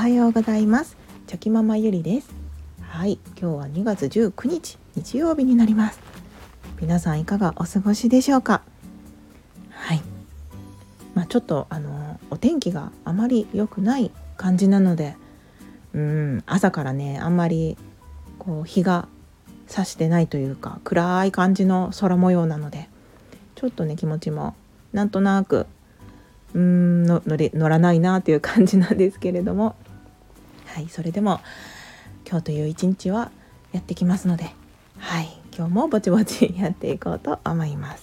はようございます。チョキママゆりです。はい、今日は2月19日日曜日になります。皆さんいかがお過ごしでしょうか。はい、ちょっとお天気があまり良くない感じなので、朝からねあんまり日が差してないというか暗い感じの空模様なので、ちょっとね気持ちもなんとなく乗らないなという感じなんですけれども、はい、それでも今日という一日はやってきますので、はい、今日もぼちぼちやっていこうと思います。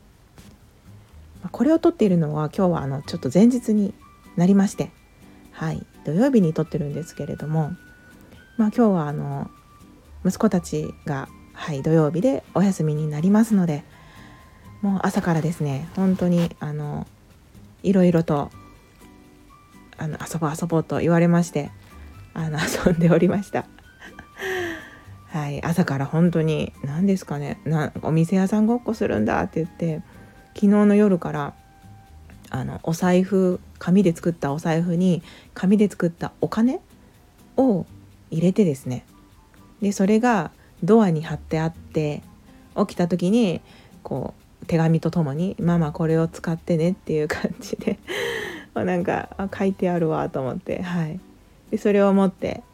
これを撮っているのは今日はちょっと前日になりまして、はい、土曜日に撮ってるんですけれども、今日は息子たちが、はい、土曜日でお休みになりますので、もう朝からですね本当にいろいろと遊ぼうと言われまして、遊んでおりましたはい、朝から本当に何ですかね、お店屋さんごっこするんだって言って、昨日の夜からお財布、紙で作ったお財布に紙で作ったお金を入れてですね、でそれがドアに貼ってあって、起きた時に手紙とともにママこれを使ってねっていう感じでなんか書いてあるわと思って、はい、でそれを持って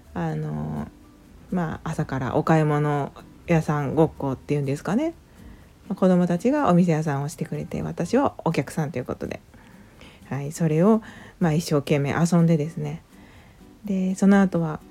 朝からお買い物屋さんごっこっていうんですかね、子供たちがお店屋さんをしてくれて、私はお客さんということで、はい、それを一生懸命遊んでですね、でその後は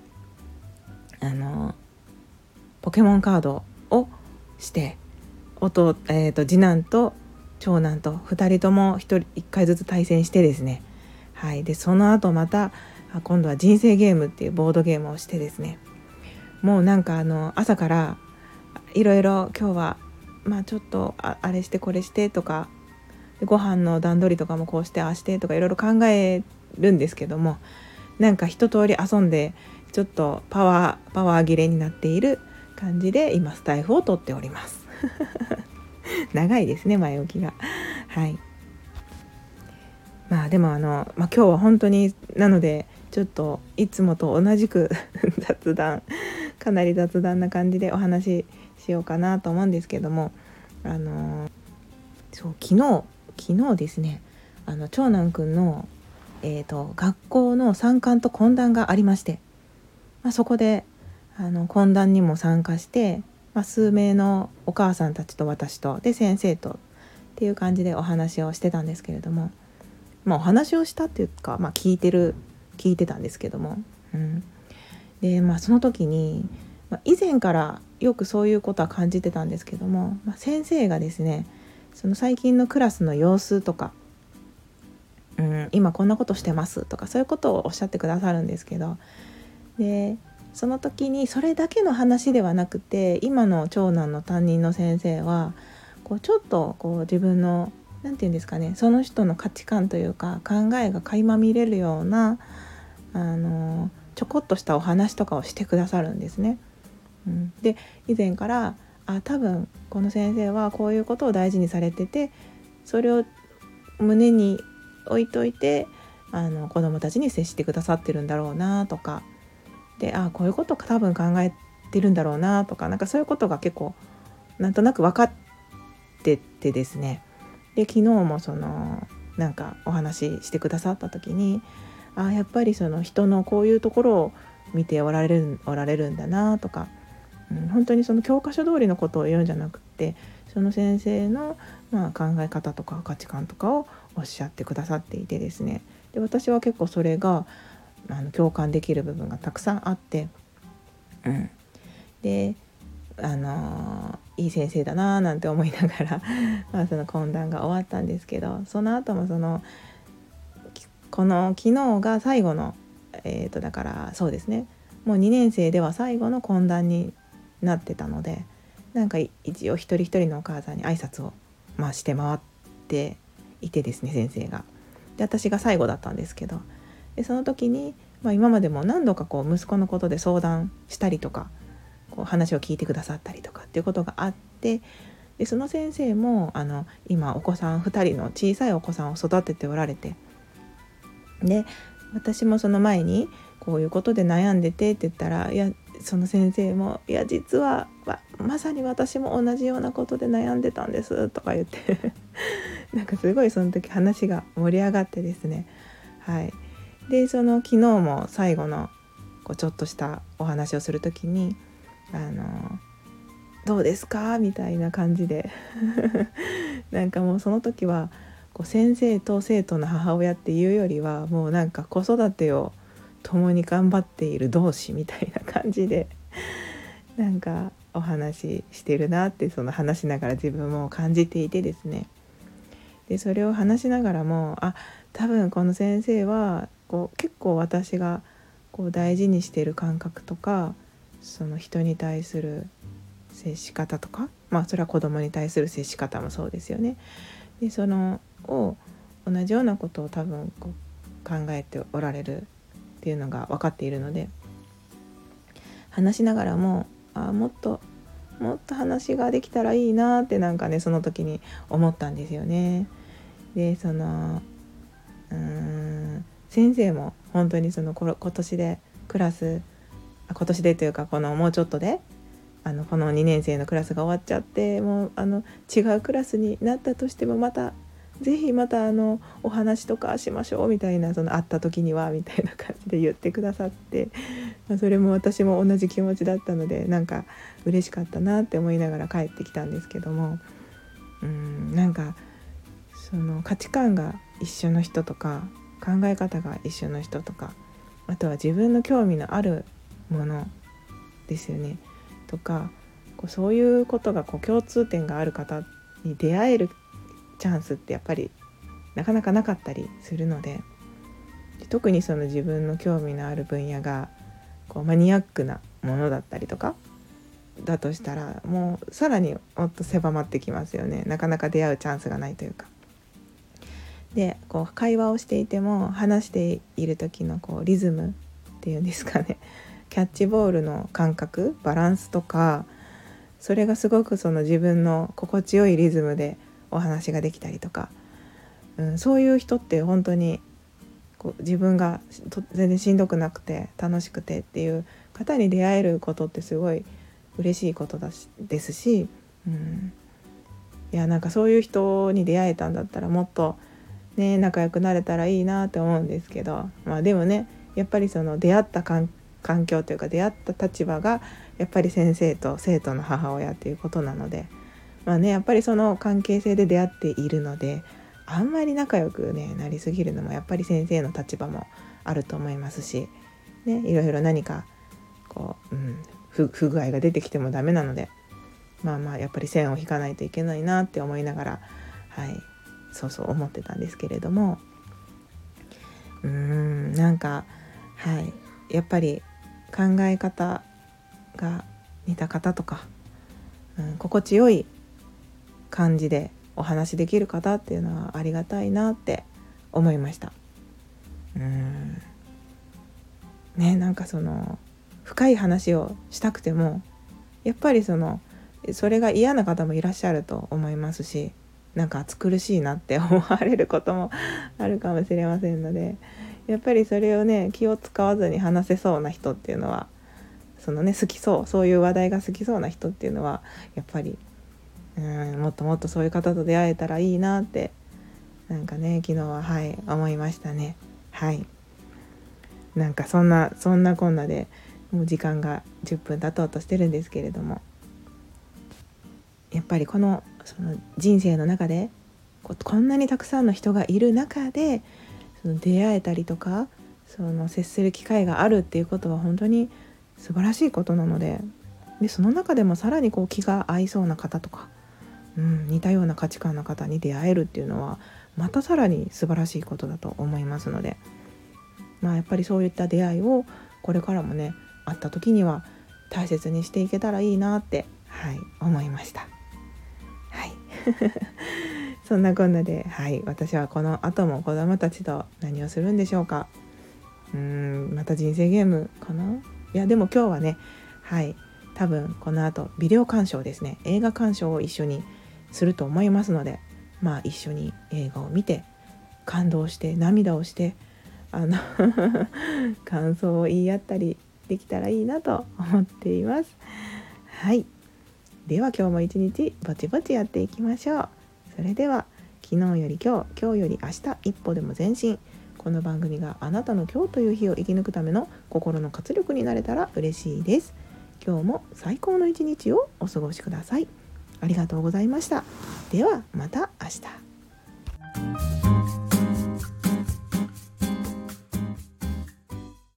ポケモンカードをして次男と長男と2人とも1回ずつ対戦してですね、はい、でその後また今度は人生ゲームっていうボードゲームをしてですね、もうなんか朝からいろいろ今日はちょっとあれしてこれしてとか、ご飯の段取りとかもこうしてああしてとかいろいろ考えるんですけども、なんか一通り遊んでちょっとパワー切れになっている感じで今スタイフを撮っております長いですね前置きが。はい、でも今日は本当になのでちょっといつもと同じくかなり雑談な感じでお話ししようかなと思うんですけども、昨日ですね長男くんの、学校の参観と懇談がありまして、そこで懇談にも参加して、数名のお母さんたちと私とで先生とっていう感じでお話をしてたんですけれども、お話をしたっていうか、聞いてたんですけども、でその時に、以前からよくそういうことは感じてたんですけども、先生がですねその最近のクラスの様子とか、今こんなことしてますとかそういうことをおっしゃってくださるんですけど、でその時にそれだけの話ではなくて、今の長男の担任の先生はちょっと自分のなんていうんですかね、その人の価値観というか考えが垣間見れるようなちょこっとしたお話とかをしてくださるんですね。で以前から多分この先生はこういうことを大事にされてて、それを胸に置いといて子どもたちに接してくださってるんだろうなとかで、こういうこと多分考えてるんだろうなとか、なんかそういうことが結構なんとなく分かっててですね、で昨日もなんかお話ししてくださった時にやっぱりその人のこういうところを見ておられるんだなとか、本当にその教科書通りのことを言うんじゃなくて、その先生の考え方とか価値観とかをおっしゃってくださっていてですね、で私は結構それが共感できる部分がたくさんあって、でいい先生だななんて思いながらその懇談が終わったんですけど、その後も昨日が最後のだからそうですね、もう2年生では最後の懇談になってたので、なんか一応一人一人のお母さんに挨拶をして回っていてですね、先生が。で私が最後だったんですけど、でその時に、今までも何度か息子のことで相談したりとか話を聞いてくださったりとかっていうことがあって、でその先生も今お子さん2人の小さいお子さんを育てておられて、で私もその前にこういうことで悩んでてって言ったら、いやその先生もいや実はまさに私も同じようなことで悩んでたんですとか言ってなんかすごいその時話が盛り上がってですね、はい、でその昨日も最後のちょっとしたお話をする時にどうですかみたいな感じでなんかもうその時は先生と生徒の母親っていうよりはもうなんか子育てを共に頑張っている同志みたいな感じでなんかお話ししてるなってその話しながら自分も感じていてですね、でそれを話しながらも多分この先生は結構私が大事にしている感覚とかその人に対する接し方とか、それは子供に対する接し方もそうですよね。でその同じようなことを多分考えておられるっていうのが分かっているので、話しながらももっと話ができたらいいなってなんかねその時に思ったんですよね。でその先生も本当にその今年でというかもうちょっとでこの2年生のクラスが終わっちゃって、もう違うクラスになったとしてもぜひまたお話とかしましょうみたいな、会った時にはみたいな感じで言ってくださって、それも私も同じ気持ちだったのでなんか嬉しかったなって思いながら帰ってきたんですけども、なんかその価値観が一緒の人とか考え方が一緒の人とか、あとは自分の興味のあるものですよねとか、そういうことが共通点がある方に出会えるチャンスってやっぱりなかなかなかったりするので、特にその自分の興味のある分野がマニアックなものだったりとかだとしたら、もうさらにもっと狭まってきますよね。なかなか出会うチャンスがないというか。で会話をしていても話している時のリズムっていうんですかね、キャッチボールの感覚、バランスとか、それがすごくその自分の心地よいリズムでお話ができたりとか、そういう人って本当に自分が全然しんどくなくて楽しくてっていう方に出会えることってすごい嬉しいことですし、いやなんかそういう人に出会えたんだったらもっとね仲良くなれたらいいなって思うんですけど、でもねやっぱりその出会った環境というか出会った立場がやっぱり先生と生徒の母親っていうことなので、やっぱりその関係性で出会っているので、あんまり仲良く、なりすぎるのもやっぱり先生の立場もあると思いますし、いろいろ何か不具合が出てきてもダメなので、やっぱり線を引かないといけないなって思いながら、そう思ってたんですけれども、なんかやっぱり考え方が似た方とか、心地よい感じでお話できる方っていうのはありがたいなって思いました。なんかその深い話をしたくてもやっぱりそれが嫌な方もいらっしゃると思いますし、なんか暑苦しいなって思われることもあるかもしれませんので、やっぱりそれを気を使わずに話せそうな人っていうのは好きそういう話題が好きそうな人っていうのはやっぱりもっともっとそういう方と出会えたらいいなってなんかね昨日は思いましたね。なんかそんなこんなでもう時間が10分経とうとしてるんですけれども、やっぱりその人生の中でこんなにたくさんの人がいる中で出会えたりとか接する機会があるっていうことは本当に素晴らしいことなので、その中でもさらに気が合いそうな方とか、似たような価値観の方に出会えるっていうのはまたさらに素晴らしいことだと思いますので、やっぱりそういった出会いをこれからもね会った時には大切にしていけたらいいなって思いました。そんなこんなで私はこの後も子どもたちと何をするんでしょうか。また人生ゲームかな。いやでも今日はね多分この後ビデオ鑑賞ですね、映画鑑賞を一緒にすると思いますので、一緒に映画を見て感動して涙をして感想を言い合ったりできたらいいなと思っています。はい、では今日も一日ぼちぼちやっていきましょう。それでは昨日より今日、今日より明日、一歩でも前進。この番組があなたの今日という日を生き抜くための心の活力になれたら嬉しいです。今日も最高の一日をお過ごしください。ありがとうございました。ではまた明日。